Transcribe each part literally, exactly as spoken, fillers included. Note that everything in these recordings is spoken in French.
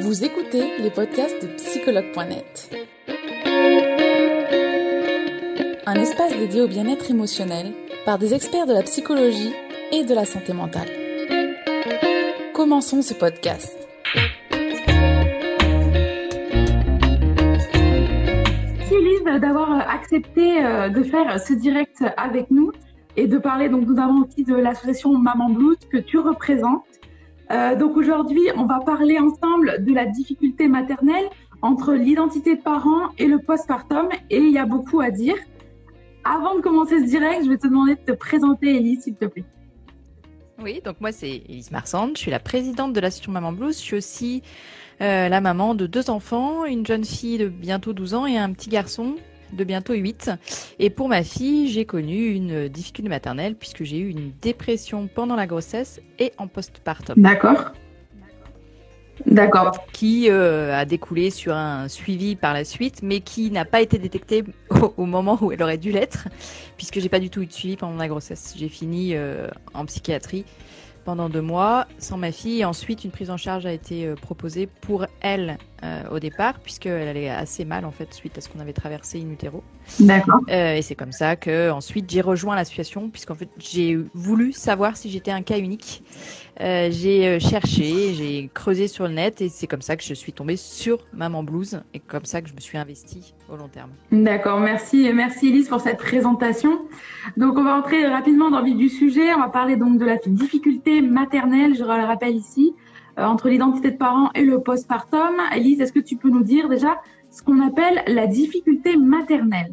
Vous écoutez les podcasts de psychologue point net. Un espace dédié au bien-être émotionnel par des experts de la psychologie et de la santé mentale. Commençons ce podcast. Merci Elise d'avoir accepté de faire ce direct avec nous et de parler. Donc nous avons aussi de l'association Maman Blues que tu représentes. Euh, donc aujourd'hui, on va parler ensemble de la difficulté maternelle entre l'identité de parent et le postpartum, et il y a beaucoup à dire. Avant de commencer ce direct, je vais te demander de te présenter, Elise, s'il te plaît. Oui, donc moi c'est Elise Marsand, je suis la présidente de l'association Maman Blues. Je suis aussi euh, la maman de deux enfants, une jeune fille de bientôt douze ans et un petit garçon de bientôt huit. Et pour ma fille, j'ai connu une difficulté maternelle puisque j'ai eu une dépression pendant la grossesse et en postpartum. D'accord. D'accord. Qui euh, a découlé sur un suivi par la suite, mais qui n'a pas été détecté au, au moment où elle aurait dû l'être, puisque j'ai pas du tout eu de suivi pendant la grossesse. J'ai fini euh, en psychiatrie pendant deux mois sans ma fille. Et ensuite, une prise en charge a été euh, proposée pour elle euh, au départ, puisqu'elle allait assez mal en fait suite à ce qu'on avait traversé in utero. D'accord. Euh, et c'est comme ça que ensuite j'ai rejoint l'association, puisqu'en fait j'ai voulu savoir si j'étais un cas unique. Euh, j'ai cherché, j'ai creusé sur le net et c'est comme ça que je suis tombée sur Maman Blues et comme ça que je me suis investie au long terme. D'accord, merci, merci Elise pour cette présentation. Donc on va entrer rapidement dans le vif du sujet. On va parler donc de la difficulté maternelle, je le rappelle ici, euh, entre l'identité de parent et le postpartum. Elise, est-ce que tu peux nous dire déjà ce qu'on appelle la difficulté maternelle?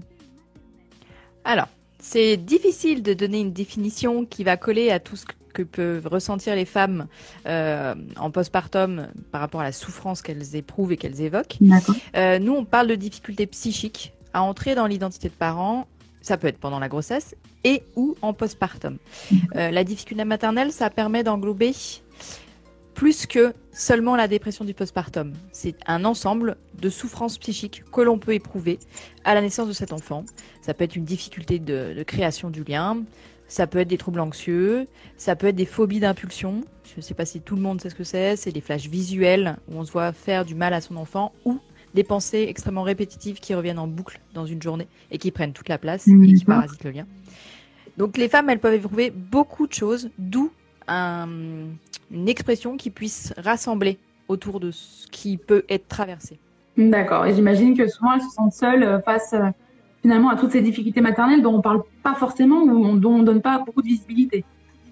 Alors, c'est difficile de donner une définition qui va coller à tout ce que que peuvent ressentir les femmes euh, en postpartum par rapport à la souffrance qu'elles éprouvent et qu'elles évoquent. D'accord. Euh, nous, on parle de difficultés psychiques à entrer dans l'identité de parent. Ça peut être pendant la grossesse et ou en postpartum. Euh, la difficulté maternelle, ça permet d'englober plus que seulement la dépression du postpartum. C'est un ensemble de souffrances psychiques que l'on peut éprouver à la naissance de cet enfant. Ça peut être une difficulté de, de création du lien. Ça peut être des troubles anxieux, ça peut être des phobies d'impulsion. Je ne sais pas si tout le monde sait ce que c'est. C'est des flashs visuels où on se voit faire du mal à son enfant ou des pensées extrêmement répétitives qui reviennent en boucle dans une journée et qui prennent toute la place mmh, et qui parasitent le lien. Donc les femmes, elles peuvent éprouver beaucoup de choses, d'où un, une expression qui puisse rassembler autour de ce qui peut être traversé. D'accord. Et j'imagine que souvent, elles se sentent seules face euh, finalement à toutes ces difficultés maternelles dont on ne parle pas forcément ou dont on ne donne pas beaucoup de visibilité.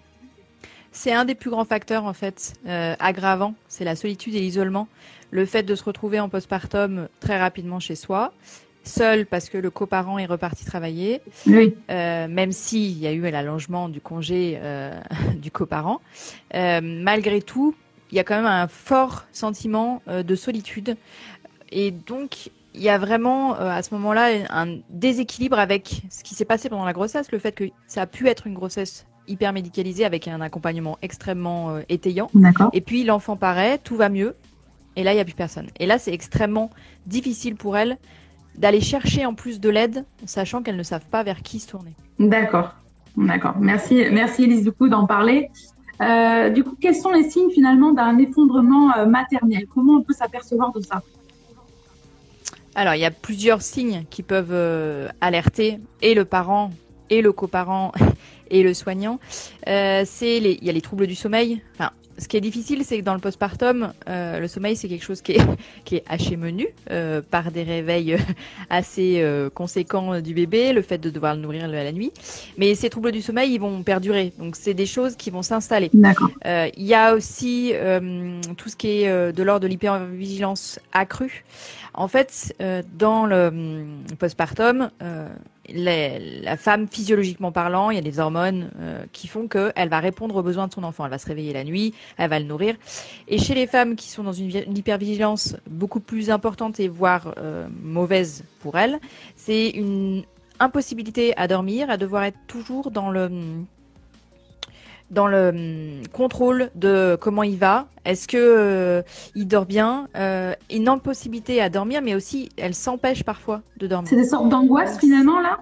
C'est un des plus grands facteurs en fait euh, aggravants, c'est la solitude et l'isolement. Le fait de se retrouver en postpartum très rapidement chez soi, seul parce que le coparent est reparti travailler, oui. euh, même s'il y a eu l'allongement du congé euh, du coparent. Euh, malgré tout, il y a quand même un fort sentiment euh, de solitude et donc il y a vraiment euh, à ce moment-là un déséquilibre avec ce qui s'est passé pendant la grossesse, le fait que ça a pu être une grossesse hyper médicalisée avec un accompagnement extrêmement euh, étayant. D'accord. Et puis l'enfant paraît, tout va mieux, et là il n'y a plus personne. Et là c'est extrêmement difficile pour elles d'aller chercher en plus de l'aide, sachant qu'elles ne savent pas vers qui se tourner. D'accord, d'accord. Merci, merci Elise du coup d'en parler. Euh, du coup, quels sont les signes finalement d'un effondrement euh, maternel? Comment on peut s'apercevoir de ça? Alors, il y a plusieurs signes qui peuvent euh, alerter et le parent, et le coparent, et le soignant. Euh, c'est les, il y a les troubles du sommeil. Enfin, ce qui est difficile, c'est que dans le postpartum, euh, le sommeil, c'est quelque chose qui est, qui est haché menu euh, par des réveils assez euh, conséquents du bébé, le fait de devoir le nourrir la nuit. Mais ces troubles du sommeil, ils vont perdurer. Donc, c'est des choses qui vont s'installer. D'accord. Euh, il y a aussi euh, tout ce qui est euh, de l'ordre de l'hypervigilance accrue. En fait, euh, dans le hum, postpartum, euh, les, la femme, physiologiquement parlant, il y a des hormones euh, qui font qu'elle va répondre aux besoins de son enfant. Elle va se réveiller la nuit, elle va le nourrir. Et chez les femmes qui sont dans une, une hypervigilance beaucoup plus importante et voire euh, mauvaise pour elles, c'est une impossibilité à dormir, à devoir être toujours dans le... dans le hum, contrôle de comment il va, est-ce que euh, il dort bien, euh, une impossibilité à dormir, mais aussi elle s'empêche parfois de dormir. C'est des sortes d'angoisse finalement là?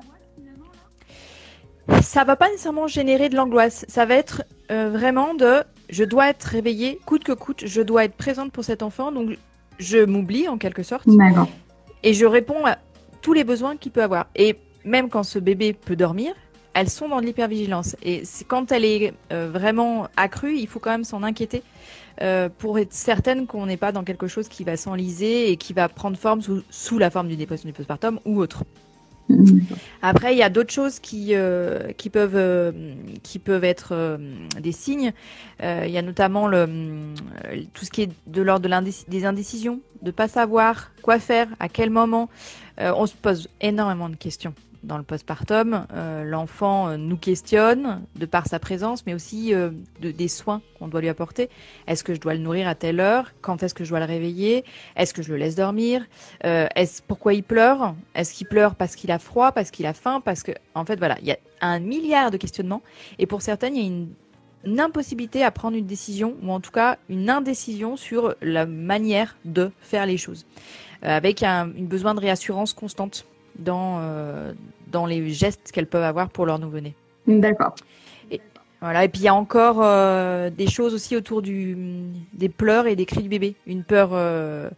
Ça va pas nécessairement générer de l'angoisse, ça va être euh, vraiment de je dois être réveillée coûte que coûte, je dois être présente pour cet enfant, donc je m'oublie en quelque sorte. D'accord. Et je réponds à tous les besoins qu'il peut avoir. Et même quand ce bébé peut dormir, elles sont dans de l'hypervigilance. Et c'est, quand elle est euh, vraiment accrue, il faut quand même s'en inquiéter euh, pour être certaine qu'on n'est pas dans quelque chose qui va s'enliser et qui va prendre forme sous, sous la forme d'une dépression du postpartum ou autre. Après, il y a d'autres choses qui, euh, qui, peuvent, euh, qui peuvent être euh, des signes. Euh, il y a notamment le, euh, tout ce qui est de l'ordre de l'indéc- des indécisions, de ne pas savoir quoi faire, à quel moment. Euh, on se pose énormément de questions dans le postpartum. Euh, l'enfant euh, nous questionne de par sa présence, mais aussi euh, de, des soins qu'on doit lui apporter. Est-ce que je dois le nourrir à telle heure? Quand est-ce que je dois le réveiller? Est-ce que je le laisse dormir? euh, est-ce, Pourquoi il pleure? Est-ce qu'il pleure parce qu'il a froid, parce qu'il a faim? Parce que, en fait, voilà, il y a un milliard de questionnements. Et pour certaines, il y a une, une impossibilité à prendre une décision, ou en tout cas une indécision sur la manière de faire les choses, euh, avec un, une besoin de réassurance constante dans, euh, dans les gestes qu'elles peuvent avoir pour leur nouveau-né. D'accord. Et, voilà. Et puis il y a encore euh, des choses aussi autour du, des pleurs et des cris du bébé. Une peur euh,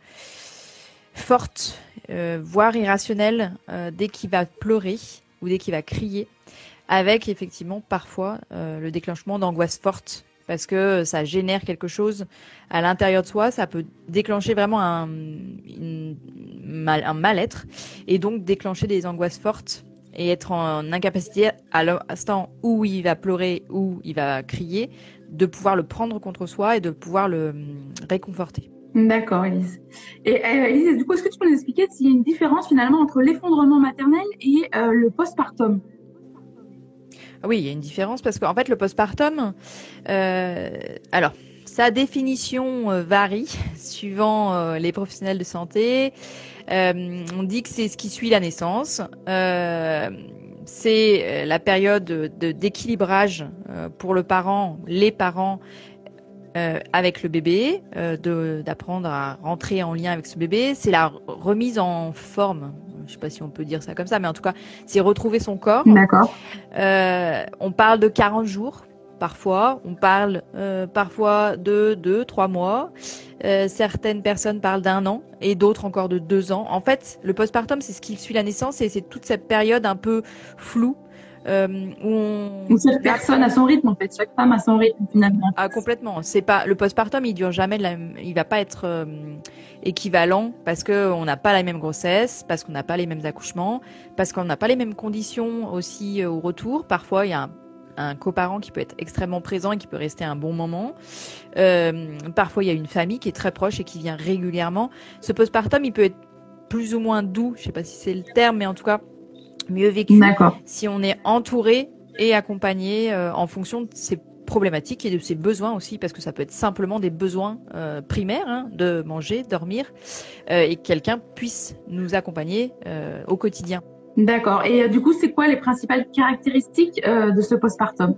forte, euh, voire irrationnelle, euh, dès qu'il va pleurer ou dès qu'il va crier, avec effectivement parfois euh, le déclenchement d'angoisse forte, parce que ça génère quelque chose à l'intérieur de soi, ça peut déclencher vraiment un, une, mal, un mal-être, et donc déclencher des angoisses fortes et être en incapacité à l'instant où il va pleurer, où il va crier, de pouvoir le prendre contre soi et de pouvoir le réconforter. D'accord, Élise. Et euh, Élise, du coup, est-ce que tu peux nous expliquer s'il y a une différence finalement entre l'effondrement maternel et euh, le postpartum? Oui, il y a une différence parce qu'en fait, le postpartum, euh, alors, sa définition euh, varie suivant euh, les professionnels de santé. Euh, on dit que c'est ce qui suit la naissance. Euh, c'est la période de, d'équilibrage euh, pour le parent, les parents, euh, avec le bébé, euh, de, d'apprendre à rentrer en lien avec ce bébé. C'est la remise en forme. Je sais pas si on peut dire ça comme ça, mais en tout cas, c'est retrouver son corps. D'accord. Euh, on parle de quarante jours, parfois. On parle euh, parfois de deux, trois mois. Euh, certaines personnes parlent d'un an et d'autres encore de deux ans. En fait, le postpartum, c'est ce qui suit la naissance et c'est toute cette période un peu floue. Euh, où on... Donc, chaque personne a son rythme, en fait. Chaque femme a son rythme, finalement. Ah, complètement. C'est pas le postpartum, il dure jamais de la... il va pas être euh, équivalent parce que on n'a pas la même grossesse, parce qu'on n'a pas les mêmes accouchements, parce qu'on n'a pas les mêmes conditions aussi euh, au retour. Parfois, il y a un, un coparent qui peut être extrêmement présent et qui peut rester un bon moment. Euh, parfois, il y a une famille qui est très proche et qui vient régulièrement. Ce postpartum, il peut être plus ou moins doux. Je sais pas si c'est le terme, mais en tout cas mieux vécu. D'accord. Si on est entouré et accompagné euh, en fonction de ses problématiques et de ses besoins aussi, parce que ça peut être simplement des besoins euh, primaires, hein, de manger, dormir, euh, et que quelqu'un puisse nous accompagner euh, au quotidien. D'accord. Et euh, du coup, c'est quoi les principales caractéristiques euh, de ce postpartum?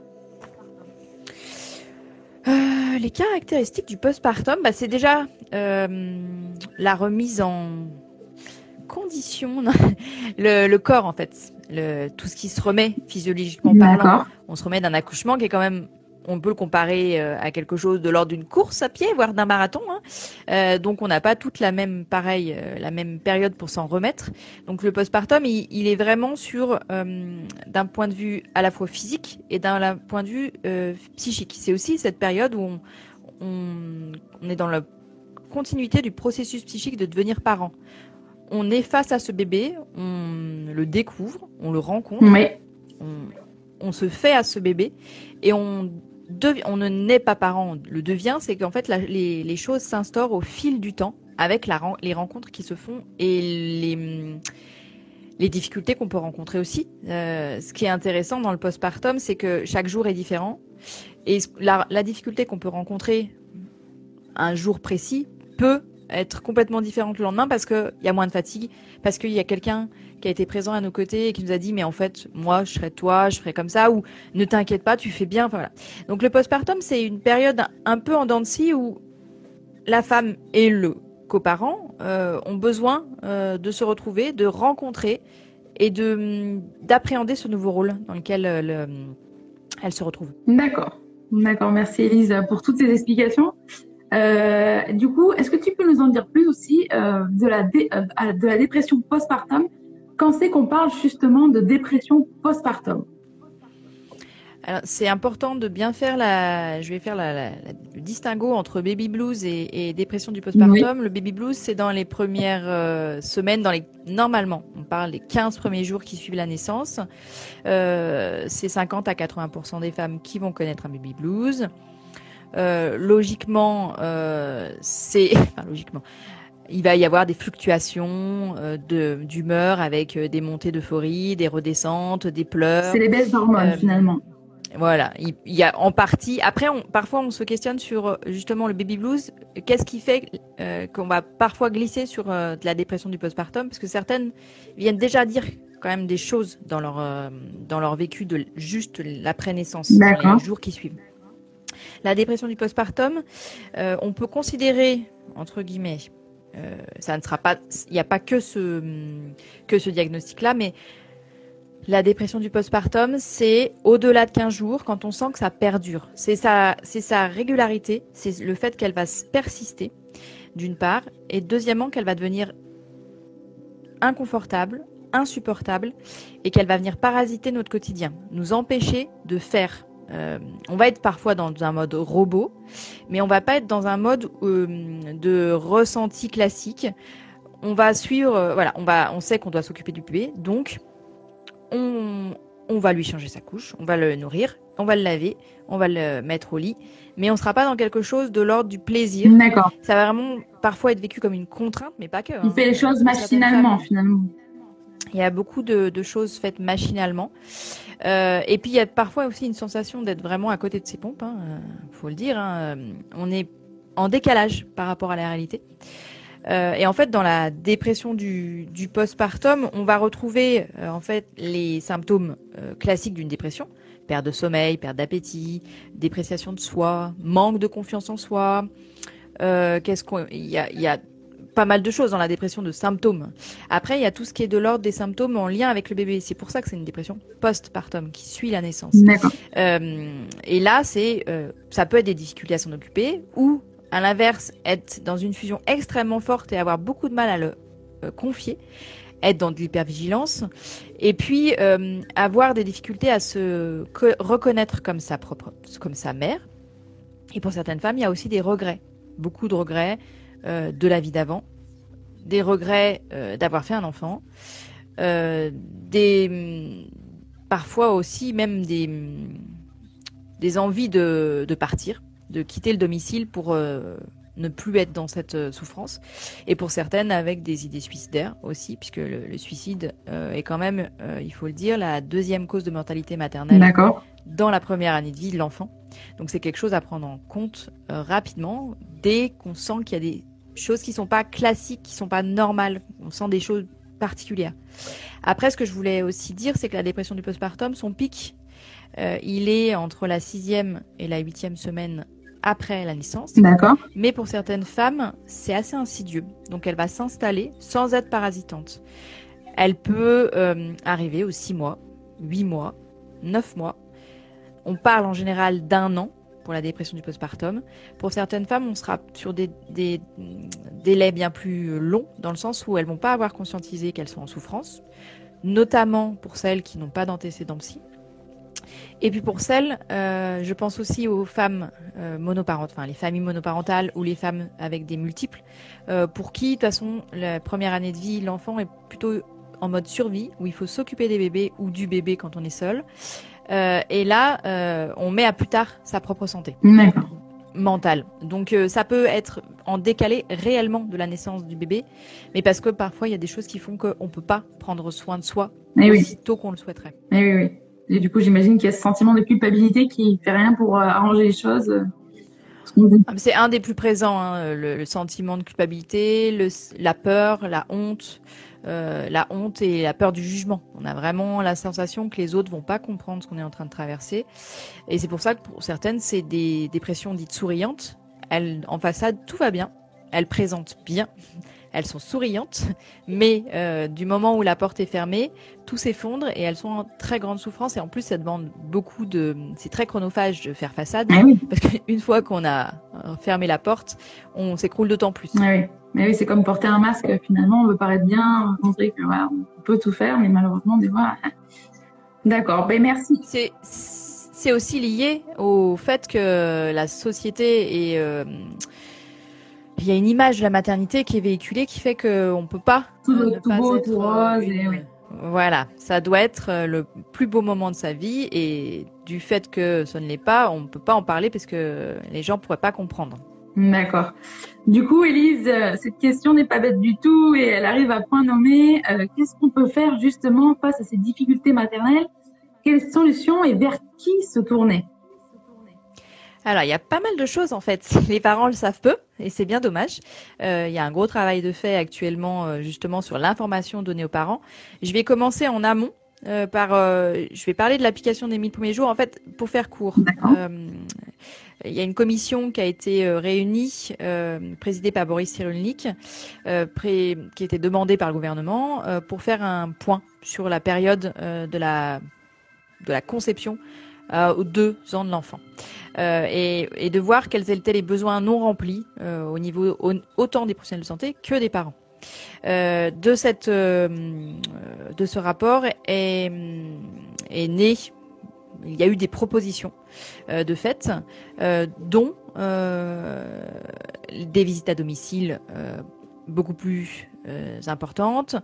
euh, Les caractéristiques du postpartum, bah, c'est déjà euh, la remise en condition, le, le corps en fait, le, tout ce qui se remet physiologiquement parlant. D'accord. On se remet d'un accouchement qui est quand même, on peut le comparer euh, à quelque chose de l'ordre d'une course à pied, voire d'un marathon. Hein. Euh, donc on n'a pas toute la même, pareil, euh, la même période pour s'en remettre. Donc le postpartum, il, il est vraiment sur, euh, d'un point de vue à la fois physique et d'un point de vue euh, psychique. C'est aussi cette période où on, on, on est dans la continuité du processus psychique de devenir parent. On est face à ce bébé, on le découvre, on le rencontre, Oui. on, on se fait à ce bébé et on, dev, on ne naît pas parent, on le devient. C'est qu'en fait, la, les, les choses s'instaurent au fil du temps avec la, les rencontres qui se font et les, les difficultés qu'on peut rencontrer aussi. Euh, ce qui est intéressant dans le postpartum, c'est que chaque jour est différent et la, la difficulté qu'on peut rencontrer un jour précis peut être complètement différente le lendemain parce qu'il y a moins de fatigue, parce qu'il y a quelqu'un qui a été présent à nos côtés et qui nous a dit mais en fait moi je serais toi, je ferais comme ça, ou ne t'inquiète pas, tu fais bien. Enfin, voilà. Donc le postpartum, c'est une période un peu en dents de scie où la femme et le coparent euh, ont besoin euh, de se retrouver, de rencontrer et de d'appréhender ce nouveau rôle dans lequel euh, le, elle se retrouve. D'accord. D'accord, merci Élise pour toutes ces explications. Euh, du coup, est-ce que tu peux nous en dire plus aussi euh, de la dé- euh, de la dépression postpartum quand c'est qu'on parle justement de dépression postpartum? Alors, c'est important de bien faire la. Je vais faire la, la- la- le distinguo entre baby blues et, et dépression du Oui. postpartum. Le baby blues, c'est dans les premières euh, semaines, dans les normalement, on parle des quinze premiers jours qui suivent la naissance. Euh, c'est cinquante à quatre-vingts pour cent des femmes qui vont connaître un baby blues. Euh, logiquement, euh, c'est enfin logiquement. Il va y avoir des fluctuations euh, de d'humeur avec euh, des montées d'euphorie, des redescentes, des pleurs. C'est les baisses d'hormones Euh, finalement. Voilà, il, il y a en partie. Après, on, parfois, on se questionne sur euh, justement le baby blues. Qu'est-ce qui fait euh, qu'on va parfois glisser sur euh, de la dépression du postpartum? Parce que certaines viennent déjà dire quand même des choses dans leur euh, dans leur vécu de juste l'après-naissance, dans les D'accord. jours qui suivent. La dépression du postpartum, euh, on peut considérer entre guillemets, euh, ça ne sera pas, il n'y a pas que ce que ce diagnostic-là, mais la dépression du postpartum, c'est au-delà de quinze jours, quand on sent que ça perdure. C'est sa, c'est sa régularité, c'est le fait qu'elle va persister, d'une part, et deuxièmement, qu'elle va devenir inconfortable, insupportable, et qu'elle va venir parasiter notre quotidien, nous empêcher de faire. Euh, on va être parfois dans un mode robot, mais on va pas être dans un mode euh, de ressenti classique. On va suivre, euh, voilà, on va, on sait qu'on doit s'occuper du bébé, donc On, on va lui changer sa couche, on va le nourrir, on va le laver, on va le mettre au lit, mais on ne sera pas dans quelque chose de l'ordre du plaisir. D'accord. Ça va vraiment parfois être vécu comme une contrainte, mais pas que. Il hein. fait les choses Pour certaines machinalement femmes, finalement. il y a beaucoup de, de choses faites machinalement. Euh, et puis il y a parfois aussi une sensation d'être vraiment à côté de ses pompes, hein, euh, faut le dire. Hein. On est en décalage par rapport à la réalité. Euh, et en fait, dans la dépression du, du postpartum, on va retrouver euh, en fait les symptômes euh, classiques d'une dépression: perte de sommeil, perte d'appétit, dépréciation de soi, manque de confiance en soi. Euh, qu'est-ce qu'on, il y a, il y a pas mal de choses dans la dépression de symptômes. Après, il y a tout ce qui est de l'ordre des symptômes en lien avec le bébé. C'est pour ça que c'est une dépression postpartum qui suit la naissance. D'accord. Euh, et là, c'est, euh, ça peut être des difficultés à s'en occuper ou à l'inverse, être dans une fusion extrêmement forte et avoir beaucoup de mal à le euh, confier, être dans de l'hypervigilance, et puis euh, avoir des difficultés à se co- reconnaître comme sa propre, comme sa mère. Et pour certaines femmes, il y a aussi des regrets, beaucoup de regrets euh, de la vie d'avant, des regrets euh, d'avoir fait un enfant, euh, des parfois aussi même des des envies de, de partir, de quitter le domicile pour euh, ne plus être dans cette euh, souffrance. Et pour certaines, avec des idées suicidaires aussi, puisque le, le suicide euh, est quand même, euh, il faut le dire, la deuxième cause de mortalité maternelle D'accord. dans la première année de vie de l'enfant. Donc c'est quelque chose à prendre en compte euh, rapidement, dès qu'on sent qu'il y a des choses qui ne sont pas classiques, qui ne sont pas normales. On sent des choses particulières. Après, ce que je voulais aussi dire, c'est que la dépression du postpartum, son pic, euh, il est entre la sixième et la huitième semaine après la naissance. D'accord. Mais pour certaines femmes, c'est assez insidieux. Donc elle va s'installer sans être parasitante. Elle peut euh, arriver aux six mois, huit mois, neuf mois. On parle en général d'un an pour la dépression du postpartum. Pour certaines femmes, on sera sur des, des délais bien plus longs, dans le sens où elles ne vont pas avoir conscientisé qu'elles sont en souffrance, notamment pour celles qui n'ont pas d'antécédents psy. Et puis pour celles, euh, je pense aussi aux femmes euh, monoparentales, enfin les familles monoparentales ou les femmes avec des multiples, euh, pour qui, de toute façon, la première année de vie, l'enfant est plutôt en mode survie, où il faut s'occuper des bébés ou du bébé quand on est seul. Euh, et là, euh, on met à plus tard sa propre santé D'accord. mentale. Donc euh, ça peut être en décalé réellement de la naissance du bébé, mais parce que parfois il y a des choses qui font qu'on ne peut pas prendre soin de soi Eh oui. aussi tôt qu'on le souhaiterait. Eh oui, oui. Et du coup, j'imagine qu'il y a ce sentiment de culpabilité qui fait rien pour euh, arranger les choses. euh, parce qu'on dit- Ah, C'est un des plus présents, hein, le, le sentiment de culpabilité, le, la peur, la honte, euh, la honte et la peur du jugement. On a vraiment la sensation que les autres vont pas comprendre ce qu'on est en train de traverser. Et c'est pour ça que pour certaines, c'est des dépressions dites souriantes. Elles, en façade, tout va bien. Elles présentent bien. elles sont souriantes, mais euh, du moment où la porte est fermée, tout s'effondre et elles sont en très grande souffrance. Et en plus, ça demande beaucoup de... C'est très chronophage de faire façade, Ah oui. parce qu'une fois qu'on a fermé la porte, on s'écroule d'autant plus. Ah oui. Mais oui, c'est comme porter un masque. Finalement, on veut paraître bien, montrer que voilà, on peut tout faire, mais malheureusement, des fois... D'accord, ben merci. C'est, c'est aussi lié au fait que la société est... Euh, il y a une image de la maternité qui est véhiculée qui fait qu'on ne peut pas... Tout doit euh, être tout beau, tout rose. une... Et oui. Voilà, ça doit être le plus beau moment de sa vie et du fait que ce ne l'est pas, on ne peut pas en parler parce que les gens ne pourraient pas comprendre. D'accord. Du coup, Élise, cette question n'est pas bête du tout et elle arrive à point nommé. Euh, qu'est-ce qu'on peut faire justement face à ces difficultés maternelles? Quelles solutions et vers qui se tourner? Alors, il y a pas mal de choses en fait. Les parents le savent peu et c'est bien dommage. Euh, il y a un gros travail de fait actuellement euh, justement sur l'information donnée aux parents. Je vais commencer en amont. Euh, par, euh, je vais parler de l'application des mille premiers jours. En fait, pour faire court, euh, il y a une commission qui a été euh, réunie, euh, présidée par Boris Cyrulnik, euh, pré, qui a été demandée par le gouvernement euh, pour faire un point sur la période euh, de la de la conception euh, aux deux ans de l'enfant euh, et, et de voir quels étaient les besoins non remplis euh, au niveau au, autant des professionnels de santé que des parents. Euh, de cette euh, de ce rapport est, est né, il y a eu des propositions euh, de fait, euh, dont euh, des visites à domicile euh, beaucoup plus euh, importantes,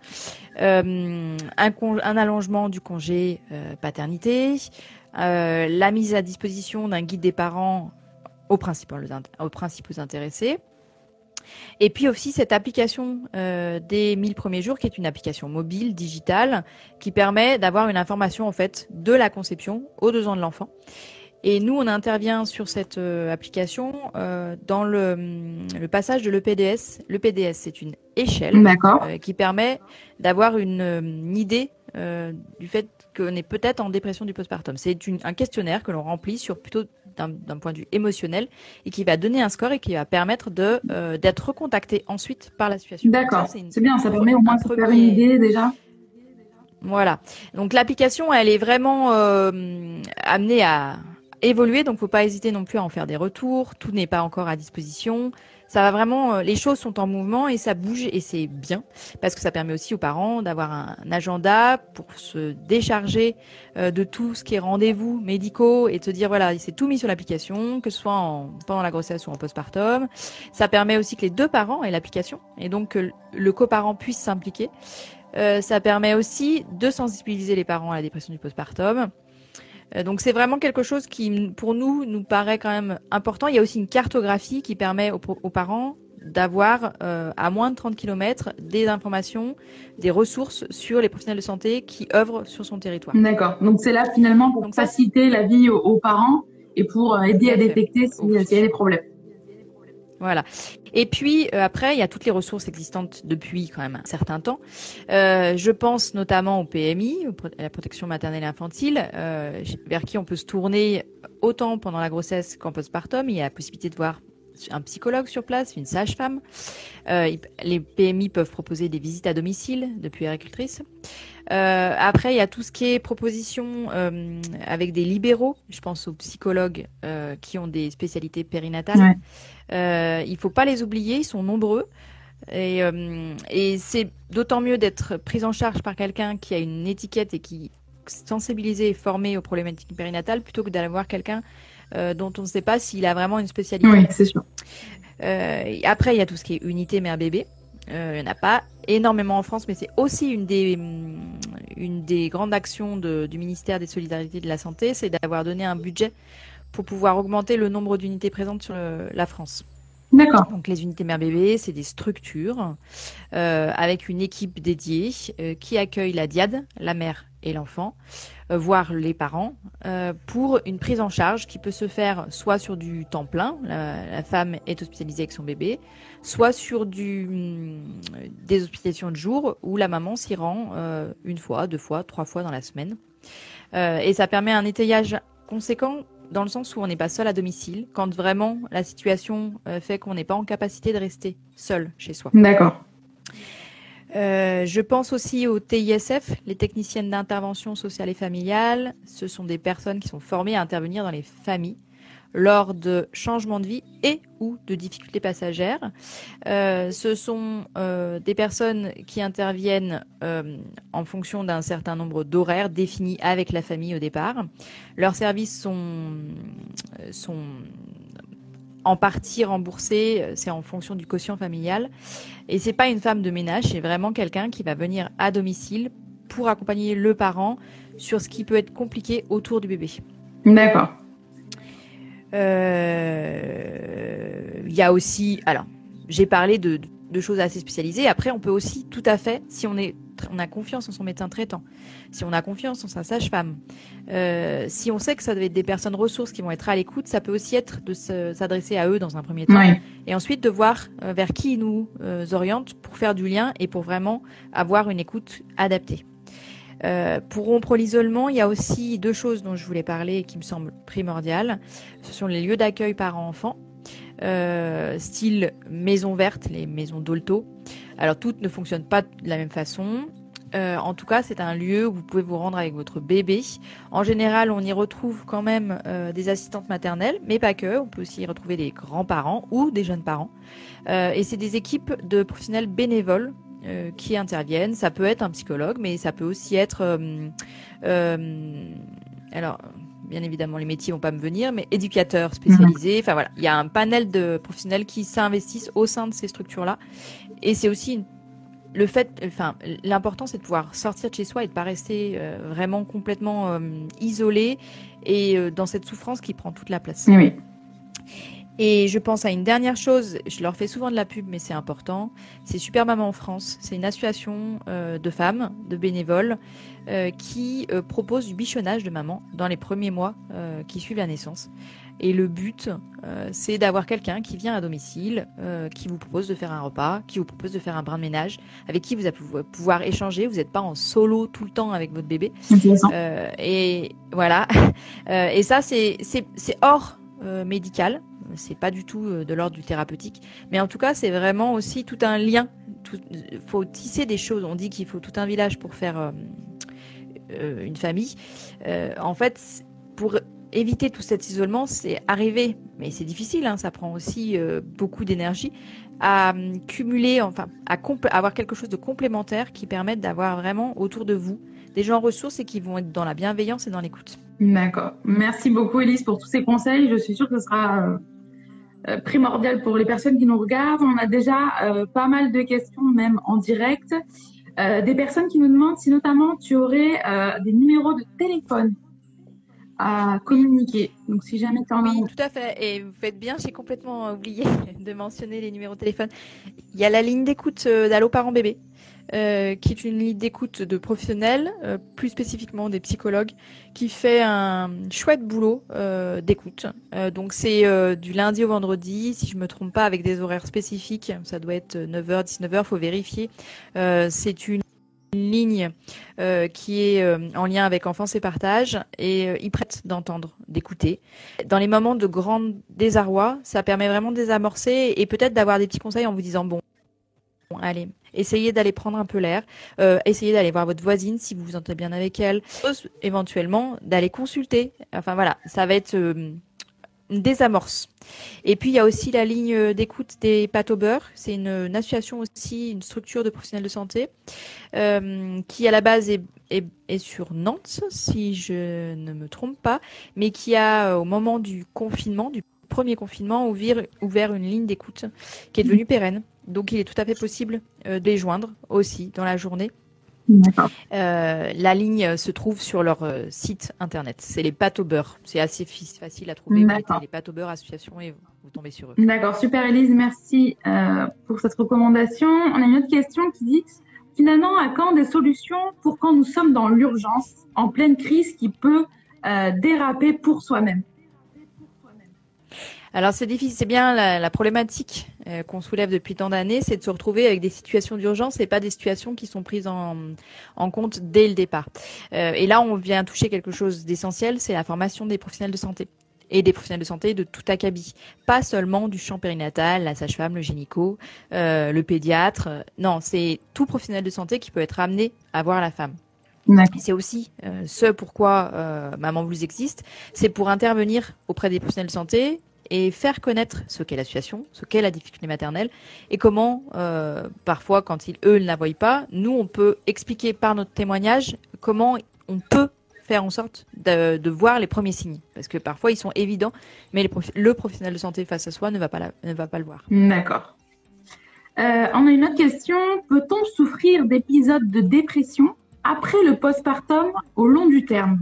euh, un, con- un allongement du congé euh, paternité, euh, la mise à disposition d'un guide des parents aux principaux, aux principaux intéressés. Et puis aussi cette application euh, des mille premiers jours, qui est une application mobile, digitale, qui permet d'avoir une information en fait de la conception aux deux ans de l'enfant. Et nous, on intervient sur cette euh, application euh, dans le, le passage de l'E P D S. L'E P D S, c'est une échelle euh, qui permet d'avoir une, une idée euh, du fait qu'on est peut-être en dépression du postpartum. C'est une, un questionnaire que l'on remplit sur plutôt d'un, d'un point de vue émotionnel et qui va donner un score et qui va permettre de euh, d'être recontacté ensuite par la situation. D'accord, ça, c'est, une, c'est bien, ça permet au moins de se faire une idée déjà. Voilà. Donc l'application, elle est vraiment euh, amenée à évoluer, donc faut pas hésiter non plus à en faire des retours. Tout n'est pas encore à disposition. Ça va vraiment, euh, les choses sont en mouvement et ça bouge et c'est bien parce que ça permet aussi aux parents d'avoir un, un agenda pour se décharger euh, de tout ce qui est rendez-vous médicaux et de se dire voilà, c'est tout mis sur l'application, que ce soit en, pendant la grossesse ou en postpartum. Ça permet aussi que les deux parents aient l'application et donc que le coparent puisse s'impliquer. Euh, ça permet aussi de sensibiliser les parents à la dépression du postpartum. Donc c'est vraiment quelque chose qui, pour nous, nous paraît quand même important. Il y a aussi une cartographie qui permet aux, aux parents d'avoir, euh, à moins de trente kilomètres, des informations, des ressources sur les professionnels de santé qui œuvrent sur son territoire. D'accord. Donc c'est là finalement pour Donc, faciliter ça, la vie aux, aux parents et pour aider à détecter s'il si y a des problèmes. Voilà. Et puis euh, après, il y a toutes les ressources existantes depuis quand même un certain temps. Euh, je pense notamment au P M I, à la protection maternelle et infantile, euh, vers qui on peut se tourner autant pendant la grossesse qu'en postpartum. Il y a la possibilité de voir un psychologue sur place, une sage-femme. Euh, les P M I peuvent proposer des visites à domicile de puéricultrices. Euh, après, il y a tout ce qui est proposition euh, avec des libéraux. Je pense aux psychologues euh, qui ont des spécialités périnatales. Ouais. Euh, il ne faut pas les oublier, ils sont nombreux. Et, euh, et c'est d'autant mieux d'être pris en charge par quelqu'un qui a une étiquette et qui est sensibilisé et formé aux problématiques périnatales plutôt que d'avoir quelqu'un euh, dont on ne sait pas s'il a vraiment une spécialité. Oui, c'est sûr. Euh, après, il y a tout ce qui est unité mère-bébé. Euh, il n'y en a pas énormément en France, mais c'est aussi une des, une des grandes actions de, du ministère des Solidarités et de la Santé, c'est d'avoir donné un budget pour pouvoir augmenter le nombre d'unités présentes sur le, la France. D'accord. Donc les unités mère-bébé, c'est des structures euh, avec une équipe dédiée euh, qui accueille la diade, la mère et l'enfant, euh, voire les parents, euh, pour une prise en charge qui peut se faire soit sur du temps plein, la, la femme est hospitalisée avec son bébé, soit sur du, des hospitalisations de jour où la maman s'y rend euh, une fois, deux fois, trois fois dans la semaine. Euh, et ça permet un étayage conséquent dans le sens où on n'est pas seul à domicile, quand vraiment la situation euh, fait qu'on n'est pas en capacité de rester seul chez soi. D'accord. Euh, je pense aussi aux T I S F, les techniciennes d'intervention sociale et familiale. Ce sont des personnes qui sont formées à intervenir dans les familles lors de changements de vie et ou de difficultés passagères. Euh, ce sont euh, des personnes qui interviennent euh, en fonction d'un certain nombre d'horaires définis avec la famille au départ. Leurs services sont, sont en partie remboursés, c'est en fonction du quotient familial. Et c'est pas une femme de ménage, c'est vraiment quelqu'un qui va venir à domicile pour accompagner le parent sur ce qui peut être compliqué autour du bébé. D'accord. Euh, il y a aussi, alors, j'ai parlé de, de choses assez spécialisées. Après, on peut aussi, tout à fait, si on est, on a confiance en son médecin traitant, si on a confiance en sa sage-femme, euh, si on sait que ça doit être des personnes ressources qui vont être à l'écoute, ça peut aussi être de se, s'adresser à eux dans un premier temps, Oui. et ensuite de voir euh, vers qui ils nous euh, orientent pour faire du lien et pour vraiment avoir une écoute adaptée. Euh, pour rompre l'isolement, il y a aussi deux choses dont je voulais parler et qui me semblent primordiales. Ce sont les lieux d'accueil parents-enfants, euh, style maison verte, les maisons Dolto. Alors toutes ne fonctionnent pas de la même façon. Euh, en tout cas, c'est un lieu où vous pouvez vous rendre avec votre bébé. En général, on y retrouve quand même euh, des assistantes maternelles, mais pas que. On peut aussi y retrouver des grands-parents ou des jeunes parents. Euh, et c'est des équipes de professionnels bénévoles Euh, qui interviennent. Ça peut être un psychologue, mais ça peut aussi être euh, euh, alors bien évidemment les métiers vont pas me venir, mais éducateurs spécialisés. Mmh. Enfin voilà, il y a un panel de professionnels qui s'investissent au sein de ces structures-là, et c'est aussi une, le fait, enfin l'important c'est de pouvoir sortir de chez soi et de pas rester euh, vraiment complètement euh, isolé et euh, dans cette souffrance qui prend toute la place. Oui. Et je pense à une dernière chose, je leur fais souvent de la pub, mais c'est important, c'est Super Maman en France. C'est une association euh, de femmes, de bénévoles, euh, qui euh, propose du bichonnage de maman dans les premiers mois euh, qui suivent la naissance. Et le but, euh, c'est d'avoir quelqu'un qui vient à domicile, euh, qui vous propose de faire un repas, qui vous propose de faire un brin de ménage, avec qui vous allez pouvoir échanger. Vous n'êtes pas en solo tout le temps avec votre bébé. Euh, et voilà. euh, et ça, c'est, c'est, c'est hors euh, médical. C'est pas du tout de l'ordre du thérapeutique, mais en tout cas, c'est vraiment aussi tout un lien. Il faut tisser des choses. On dit qu'il faut tout un village pour faire euh, euh, une famille. Euh, en fait, pour éviter tout cet isolement, c'est arriver, mais c'est difficile, hein, ça prend aussi euh, beaucoup d'énergie, à euh, cumuler, enfin, à compl- avoir quelque chose de complémentaire qui permette d'avoir vraiment autour de vous des gens ressources et qui vont être dans la bienveillance et dans l'écoute. D'accord. Merci beaucoup, Élise, pour tous ces conseils. Je suis sûre que ce sera euh, primordial pour les personnes qui nous regardent. On a déjà euh, pas mal de questions, même en direct. Euh, des personnes qui nous demandent si notamment tu aurais euh, des numéros de téléphone à communiquer. Donc, si jamais tu en as... Oui, tout à fait. Et vous faites bien, j'ai complètement oublié de mentionner les numéros de téléphone. Il y a la ligne d'écoute d'Allo Parents Bébé, euh, qui est une ligne d'écoute de professionnels, euh, plus spécifiquement des psychologues, qui fait un chouette boulot euh, d'écoute. Euh, donc, c'est euh, du lundi au vendredi, si je me trompe pas, avec des horaires spécifiques. Ça doit être neuf heures, dix-neuf heures, faut vérifier. Euh, c'est une une ligne euh, qui est euh, en lien avec Enfance et Partage, et euh, ils prêtent d'entendre, d'écouter. Dans les moments de grand désarroi, ça permet vraiment de désamorcer et peut-être d'avoir des petits conseils en vous disant bon, bon allez, essayez d'aller prendre un peu l'air, euh, essayez d'aller voir votre voisine si vous vous sentez bien avec elle, éventuellement d'aller consulter. Enfin voilà, ça va être euh, une désamorce. Et puis il y a aussi la ligne d'écoute des pâtes au beurre. C'est une, une association aussi, une structure de professionnels de santé euh, qui à la base est, est, est sur Nantes, si je ne me trompe pas, mais qui a au moment du confinement, du premier confinement, ouvert, ouvert une ligne d'écoute qui est devenue pérenne. Donc il est tout à fait possible euh, de les joindre aussi dans la journée. D'accord. Euh, la ligne se trouve sur leur euh, site internet. C'est les pâtes au beurre. C'est assez f- facile à trouver. Vous mettez les pâtes au beurre association et vous, vous tombez sur eux. D'accord, super Élise, merci euh, pour cette recommandation. On a une autre question qui dit finalement à quand des solutions pour quand nous sommes dans l'urgence, en pleine crise qui peut euh, déraper pour soi-même? Alors c'est difficile, c'est bien la, la problématique euh, qu'on soulève depuis tant d'années, c'est de se retrouver avec des situations d'urgence et pas des situations qui sont prises en, en compte dès le départ. Euh, et là, on vient toucher quelque chose d'essentiel, c'est la formation des professionnels de santé. et des professionnels de santé de tout acabit. Pas seulement du champ périnatal, la sage-femme, le gynéco, euh, le pédiatre. Non, c'est tout professionnel de santé qui peut être amené à voir la femme. C'est aussi euh, ce pourquoi euh, Maman Blues existe, c'est pour intervenir auprès des professionnels de santé et faire connaître ce qu'est la situation, ce qu'est la difficulté maternelle et comment, euh, parfois, quand ils, eux ne la voient pas, nous, on peut expliquer par notre témoignage comment on peut faire en sorte de, de voir les premiers signes. Parce que parfois, ils sont évidents, mais les prof... le professionnel de santé face à soi ne va pas, la... ne va pas le voir. D'accord. Euh, on a une autre question. Peut-on souffrir d'épisodes de dépression après le postpartum au long du terme?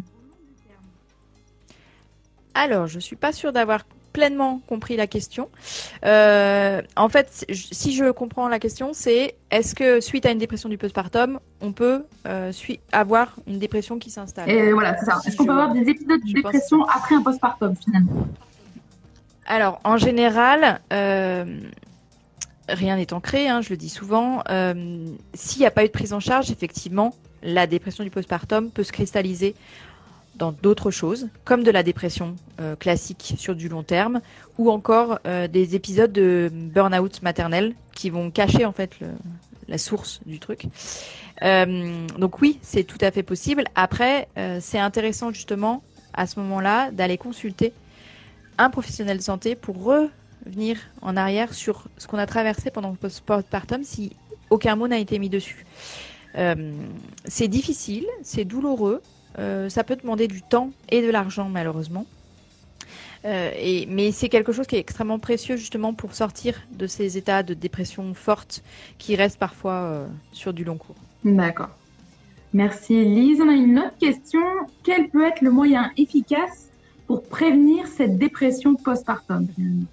Alors, je ne suis pas sûre d'avoir pleinement compris la question. Euh, en fait, si je comprends la question, c'est est-ce que suite à une dépression du postpartum, on peut euh, suit, avoir une dépression qui s'installe? Et voilà, c'est ça. Si est-ce qu'on je, peut avoir des épisodes de dépression après un postpartum finalement? Alors, en général, euh, rien n'étant créé, hein, je le dis souvent, euh, s'il n'y a pas eu de prise en charge, effectivement, la dépression du postpartum peut se cristalliser dans d'autres choses, comme de la dépression euh, classique sur du long terme, ou encore euh, des épisodes de burn-out maternel qui vont cacher en fait le, la source du truc. Euh, donc oui, c'est tout à fait possible. Après, euh, c'est intéressant justement à ce moment-là d'aller consulter un professionnel de santé pour revenir en arrière sur ce qu'on a traversé pendant le postpartum si aucun mot n'a été mis dessus. Euh, c'est difficile, c'est douloureux, euh, ça peut demander du temps et de l'argent malheureusement. Euh, et, mais c'est quelque chose qui est extrêmement précieux justement pour sortir de ces états de dépression forte qui restent parfois euh, sur du long cours. D'accord. Merci Lise. On a une autre question. Quel peut être le moyen efficace pour prévenir cette dépression postpartum ?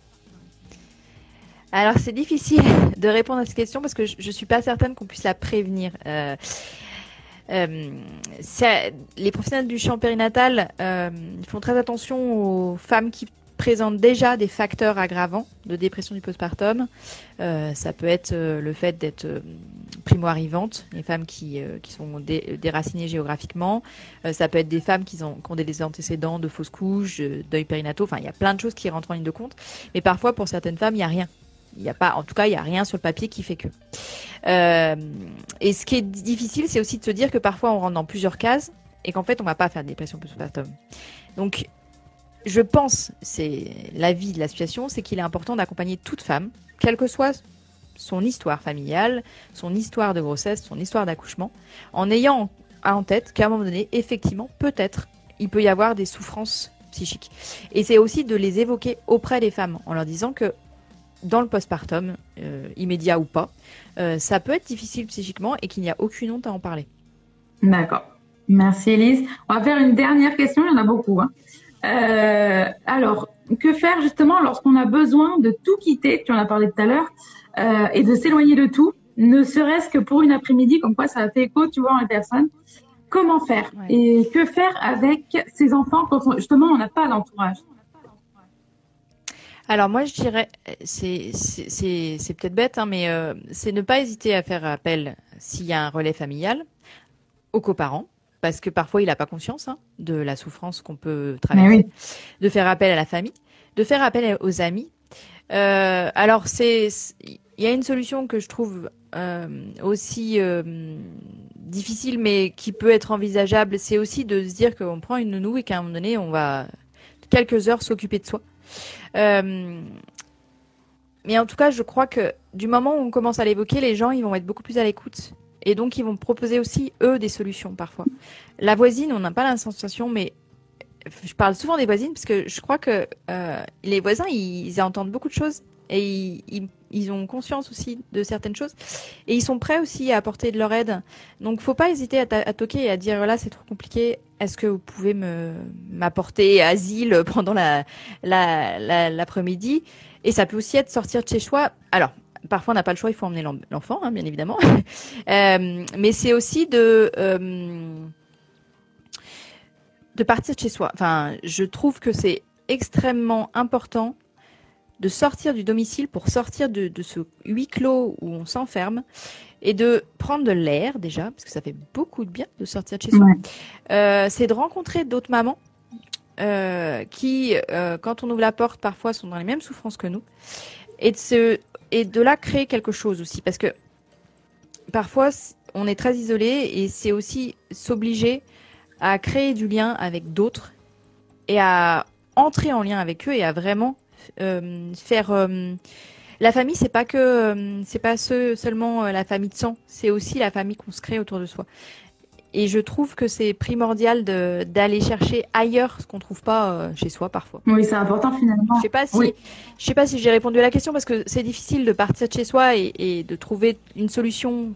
Alors, c'est difficile de répondre à cette question parce que je ne suis pas certaine qu'on puisse la prévenir. Euh, euh, les professionnels du champ périnatal euh, font très attention aux femmes qui présentent déjà des facteurs aggravants de dépression du postpartum. Euh, ça peut être euh, le fait d'être euh, primo-arrivantes, les femmes qui, euh, qui sont dé, déracinées géographiquement. Euh, ça peut être des femmes qui ont, qui ont des antécédents de fausses couches, de deuil périnataux. Enfin, il y a plein de choses qui rentrent en ligne de compte. Mais parfois, pour certaines femmes, il n'y a rien. Il y a pas, en tout cas, il n'y a rien sur le papier qui fait que. Euh, et ce qui est difficile, c'est aussi de se dire que parfois, on rentre dans plusieurs cases et qu'en fait, on ne va pas faire de dépression postpartum. Donc, je pense, c'est l'avis de la situation, c'est qu'il est important d'accompagner toute femme, quelle que soit son histoire familiale, son histoire de grossesse, son histoire d'accouchement, en ayant en tête qu'à un moment donné, effectivement, peut-être, il peut y avoir des souffrances psychiques. Et c'est aussi de les évoquer auprès des femmes, en leur disant que dans le postpartum, euh, immédiat ou pas, euh, ça peut être difficile psychiquement et qu'il n'y a aucune honte à en parler. D'accord. Merci Elise. On va faire une dernière question, il y en a beaucoup. Hein. Euh, alors, que faire justement lorsqu'on a besoin de tout quitter, tu en as parlé tout à l'heure, euh, et de s'éloigner de tout, ne serait-ce que pour une après-midi, comme quoi ça a fait écho, tu vois, en les personnes. Comment faire ? Ouais. Et que faire avec ces enfants quand on, justement on n'a pas d'entourage ? Alors moi je dirais, c'est, c'est, c'est, c'est peut-être bête, hein, mais euh, c'est ne pas hésiter à faire appel s'il y a un relais familial aux coparents, parce que parfois il n'a pas conscience hein, de la souffrance qu'on peut traverser, oui. De faire appel à la famille, de faire appel aux amis. Euh, alors c'est, il y a une solution que je trouve euh, aussi euh, difficile, mais qui peut être envisageable, c'est aussi de se dire qu'on prend une nounou et qu'à un moment donné on va quelques heures s'occuper de soi. Euh, mais en tout cas, je crois que du moment où on commence à l'évoquer, les gens ils vont être beaucoup plus à l'écoute et donc ils vont proposer aussi eux des solutions parfois. La voisine, on n'a pas la sensation, mais je parle souvent des voisines parce que je crois que euh, les voisins ils, ils entendent beaucoup de choses et ils, ils, ils ont conscience aussi de certaines choses et ils sont prêts aussi à apporter de leur aide. Donc, faut pas hésiter à, à toquer et à dire là c'est trop compliqué. Est-ce que vous pouvez me m'apporter asile pendant la, la, la l'après-midi? Et ça peut aussi être sortir de chez soi. Alors, parfois on n'a pas le choix, il faut emmener l'enfant, hein, bien évidemment. euh, mais c'est aussi de euh, de partir de chez soi. Enfin, je trouve que c'est extrêmement important de sortir du domicile pour sortir de, de ce huis clos où on s'enferme et de prendre de l'air déjà, parce que ça fait beaucoup de bien de sortir de chez soi. Ouais. Euh, c'est de rencontrer d'autres mamans euh, qui, euh, quand on ouvre la porte, parfois sont dans les mêmes souffrances que nous, et de, se, et de là créer quelque chose aussi. Parce que parfois, on est très isolé et c'est aussi s'obliger à créer du lien avec d'autres et à entrer en lien avec eux et à vraiment euh, faire... Euh, la famille, c'est pas que euh, c'est pas ce, seulement euh, la famille de sang, c'est aussi la famille qu'on se crée autour de soi. Et je trouve que c'est primordial de, d'aller chercher ailleurs ce qu'on trouve pas euh, chez soi parfois. Oui, c'est important finalement. Je sais pas si, oui. je sais pas si j'ai répondu à la question parce que c'est difficile de partir de chez soi et, et de trouver une solution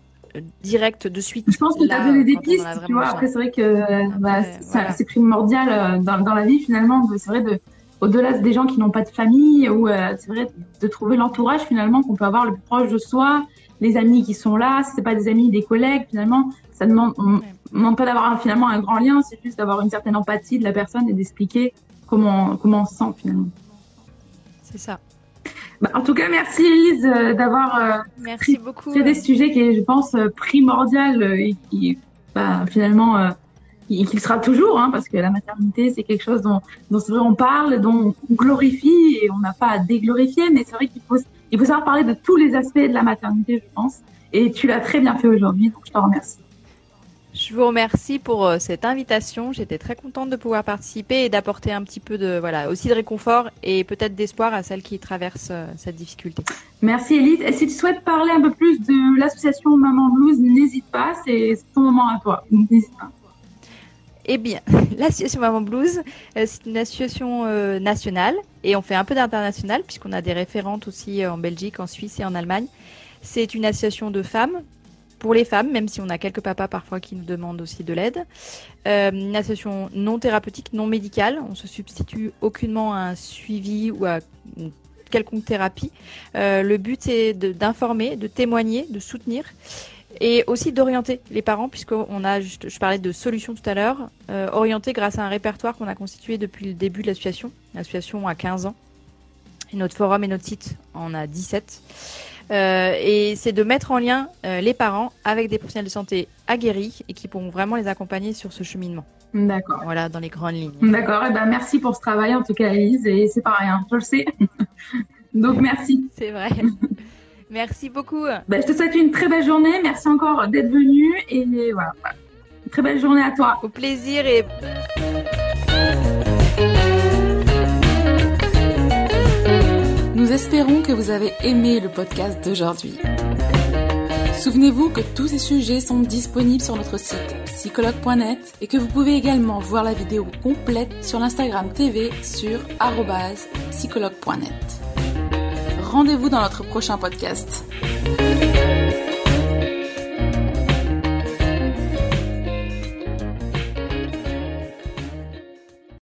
directe de suite. Je pense que tu as donné des pistes, tu vois. Après, c'est vrai que Après, bah, c'est, voilà. c'est primordial dans, dans la vie finalement. C'est vrai de au-delà des gens qui n'ont pas de famille, ou euh, c'est vrai de trouver l'entourage finalement qu'on peut avoir le plus proche de soi, les amis qui sont là, si c'est pas des amis, des collègues finalement, ça demande, on ne demande pas d'avoir un, finalement un grand lien, c'est juste d'avoir une certaine empathie de la personne et d'expliquer comment, comment on se sent finalement. C'est ça. Bah, en tout cas, merci Élise euh, d'avoir euh, merci beaucoup, fait euh... des sujets qui est, je pense, euh, primordial euh, et qui bah, finalement... Euh, et qu'il sera toujours, hein, parce que la maternité, c'est quelque chose dont, dont c'est vrai, on parle, dont on glorifie, et on n'a pas à déglorifier, mais c'est vrai qu'il faut, il faut savoir parler de tous les aspects de la maternité, je pense, et tu l'as très bien fait aujourd'hui, donc je te remercie. Je vous remercie pour euh, cette invitation, j'étais très contente de pouvoir participer et d'apporter un petit peu de, voilà, aussi de réconfort et peut-être d'espoir à celles qui traversent euh, cette difficulté. Merci Élise, et si tu souhaites parler un peu plus de l'association Maman Blues, n'hésite pas, c'est, c'est ton moment à toi, n'hésite pas. Eh bien, l'association Maman Blues, euh, c'est une association euh, nationale et on fait un peu d'international puisqu'on a des référentes aussi euh, en Belgique, en Suisse et en Allemagne. C'est une association de femmes, pour les femmes, même si on a quelques papas parfois qui nous demandent aussi de l'aide. Euh, une association non thérapeutique, non médicale. On se substitue aucunement à un suivi ou à une quelconque thérapie. Euh, le but, c'est de, d'informer, de témoigner, de soutenir. Et aussi d'orienter les parents, puisqu'on a, juste, je parlais de solutions tout à l'heure, euh, orienter grâce à un répertoire qu'on a constitué depuis le début de l'association. L'association a quinze ans. Et notre forum et notre site en a dix-sept. Euh, et c'est de mettre en lien euh, les parents avec des professionnels de santé aguerris et qui pourront vraiment les accompagner sur ce cheminement. D'accord. Voilà, dans les grandes lignes. D'accord. Et ben merci pour ce travail, en tout cas, Élise. Et c'est pas rien, je le sais. Donc, merci. C'est vrai. Merci beaucoup. Ben, je te souhaite une très belle journée. Merci encore d'être venu. Et voilà. Une très belle journée à toi. Au plaisir et... Nous espérons que vous avez aimé le podcast d'aujourd'hui. Souvenez-vous que tous ces sujets sont disponibles sur notre site psychologue point net et que vous pouvez également voir la vidéo complète sur l'Instagram T V sur arobase psychologue point net. Rendez-vous dans notre prochain podcast.